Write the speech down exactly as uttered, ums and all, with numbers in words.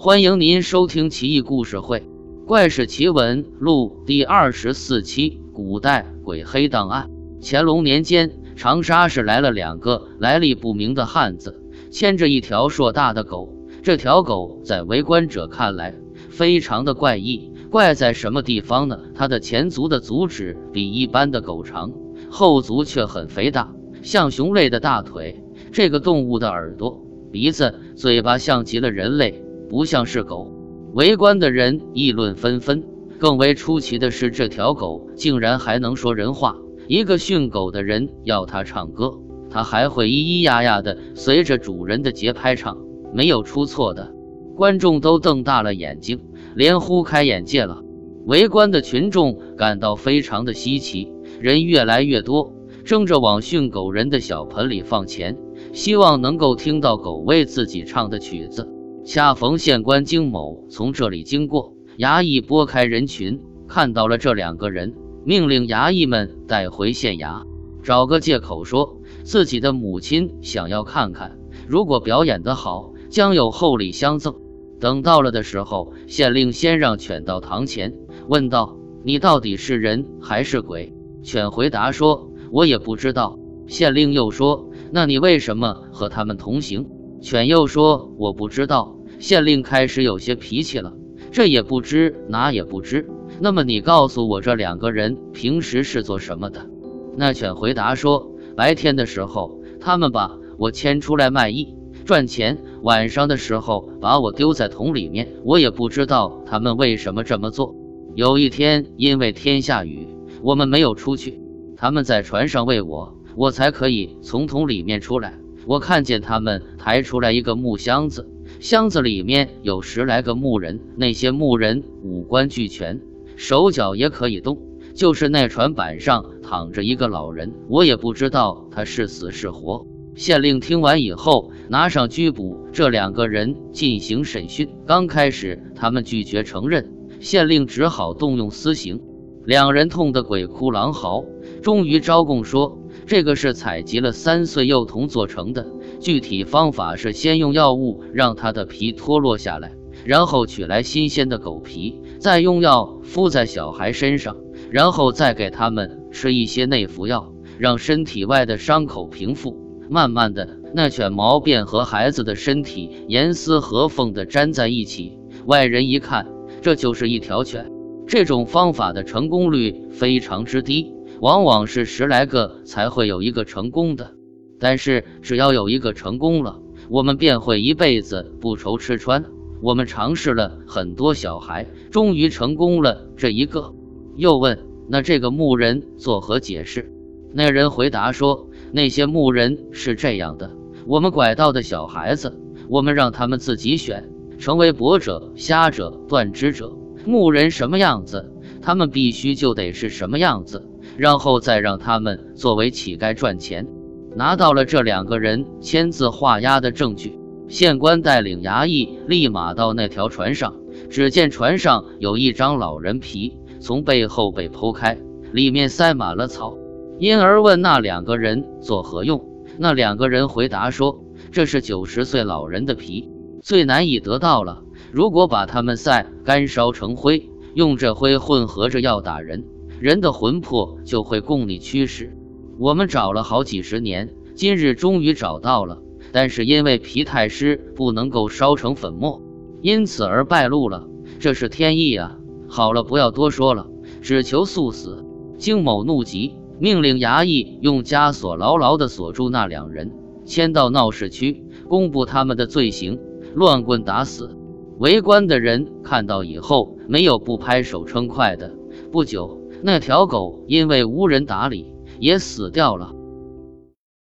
欢迎您收听奇异故事会《怪事奇闻录》第二十四期古代鬼黑档案。乾隆年间，长沙市来了两个来历不明的汉子，牵着一条硕大的狗。这条狗在围观者看来非常的怪异，怪在什么地方呢？它的前足的足趾比一般的狗长，后足却很肥大，像熊类的大腿。这个动物的耳朵、鼻子、嘴巴像极了人类，不像是狗。围观的人议论纷纷，更为出奇的是，这条狗竟然还能说人话。一个训狗的人要它唱歌，它还会咿咿呀呀的随着主人的节拍唱，没有出错的。观众都瞪大了眼睛，连呼开眼界了。围观的群众感到非常的稀奇，人越来越多，争着往训狗人的小盆里放钱，希望能够听到狗为自己唱的曲子。恰逢县官金某从这里经过，衙役拨开人群，看到了这两个人，命令衙役们带回县衙，找个借口说自己的母亲想要看看，如果表演得好，将有厚礼相赠。等到了的时候，县令先让犬到堂前，问道：你到底是人还是鬼？犬回答说：我也不知道。县令又说：那你为什么和他们同行？犬又说：我不知道。县令开始有些脾气了，这也不知那也不知，那么你告诉我，这两个人平时是做什么的？那犬回答说：白天的时候他们把我牵出来卖艺赚钱，晚上的时候把我丢在桶里面，我也不知道他们为什么这么做。有一天因为天下雨，我们没有出去，他们在船上喂我，我才可以从桶里面出来。我看见他们抬出来一个木箱子，箱子里面有十来个木人，那些木人五官俱全，手脚也可以动，就是那船板上躺着一个老人，我也不知道他是死是活。县令听完以后，拿上拘捕这两个人进行审讯。刚开始他们拒绝承认，县令只好动用私刑，两人痛得鬼哭狼嚎。终于招供说，这个是采集了三岁幼童做成的，具体方法是先用药物让它的皮脱落下来，然后取来新鲜的狗皮，再用药敷在小孩身上，然后再给他们吃一些内服药，让身体外的伤口平复。慢慢的，那犬毛便和孩子的身体严丝合缝地粘在一起，外人一看，这就是一条犬。这种方法的成功率非常之低，往往是十来个才会有一个成功的。但是只要有一个成功了，我们便会一辈子不愁吃穿。我们尝试了很多小孩，终于成功了这一个。又问：那这个牧人作何解释？那人回答说：那些牧人是这样的，我们拐到的小孩子，我们让他们自己选，成为跛者、瞎者、断肢者。牧人什么样子，他们必须就得是什么样子，然后再让他们作为乞丐赚钱。拿到了这两个人签字画押的证据，县官带领衙役立马到那条船上，只见船上有一张老人皮从背后被剖开，里面塞满了草。因而问那两个人作何用，那两个人回答说：这是九十岁老人的皮，最难以得到了，如果把它们晒干烧成灰，用这灰混合着药打人，人的魂魄就会供你驱使。我们找了好几十年，今日终于找到了，但是因为皮太湿，不能够烧成粉末，因此而败露了，这是天意啊！好了，不要多说了，只求速死。经某怒极，命令衙役用枷锁牢牢地锁住那两人，牵到闹市区，公布他们的罪行，乱棍打死。围观的人看到以后，没有不拍手称快的。不久，那条狗因为无人打理，也死掉了。